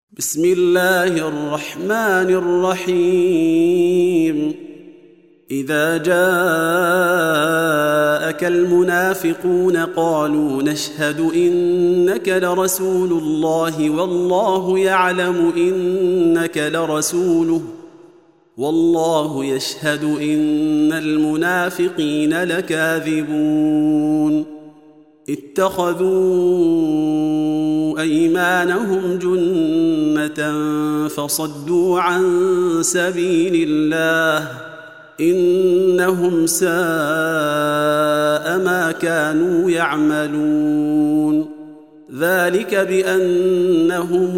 بسم الله الرحمن الرحيم. إذا جاءك المنافقون قالوا نشهد إنك لرسول الله والله يعلم إنك لرسوله والله يشهد إن المنافقين لكاذبون. اتخذوا أيمانهم جنة فصدوا عن سبيل الله إنهم ساء ما كانوا يعملون. ذلك بأنهم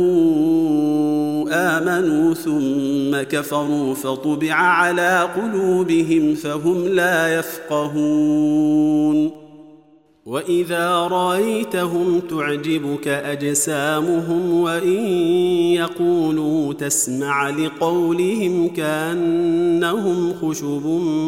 آمنوا ثم كفروا فطبع على قلوبهم فهم لا يفقهون. وإذا رأيتهم تعجبك أجسامهم وإن يقولوا تسمع لقولهم كأنهم خشب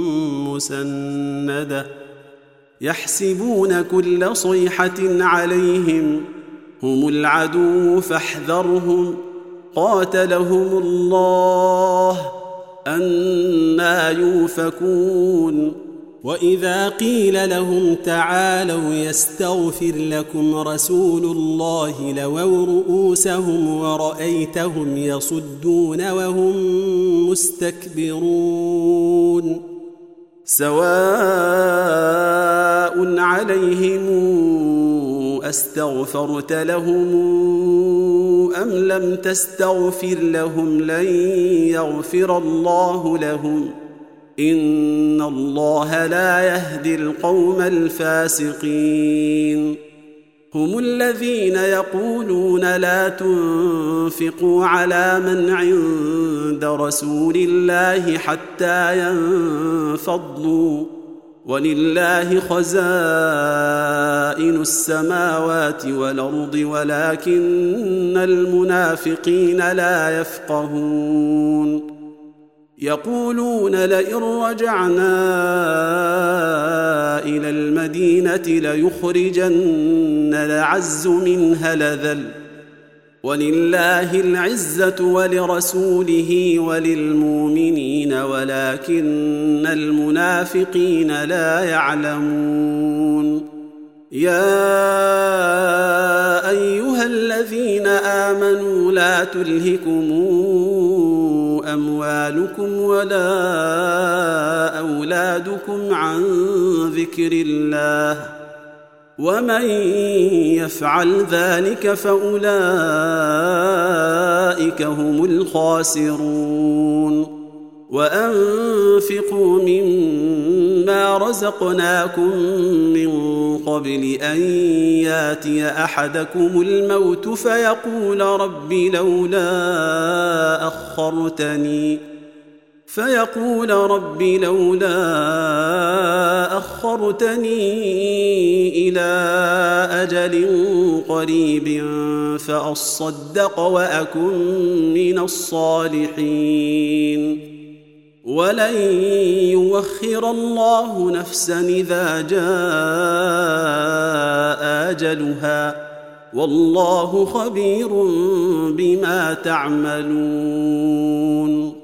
مسندة يحسبون كل صيحة عليهم هم العدو فاحذرهم قاتلهم الله أنى يؤفكون. وإذا قيل لهم تعالوا يستغفر لكم رسول الله لووا رؤوسهم ورأيتهم يصدون وهم مستكبرون. سواء عليهم أستغفرت لهم أم لم تستغفر لهم لن يغفر الله لهم إن الله لا يهدي القوم الفاسقين. هم الذين يقولون لا تنفقوا على من عند رسول الله حتى ينفضوا ولله خزائن السماوات والأرض ولكن المنافقين لا يفقهون. يقولون لئن رجعنا إلى المدينة ليخرجن الأعز منها الأذل ولله العزة ولرسوله وللمؤمنين ولكن المنافقين لا يعلمون. يا أيها الذين آمنوا لا تلهكم أموالكم ولا أولادكم عن ذكر الله ومن يفعل ذلك فأولئك هم الخاسرون. وأنفقوا مما رزقناكم من قبل أن ياتي أحدكم الموت فيقول رب لولا أخرتني إلى أجل قريب فأصدق وأكن من الصالحين. ولن يؤخر الله نفسا إذا جاء أجلها والله خبير بما تعملون.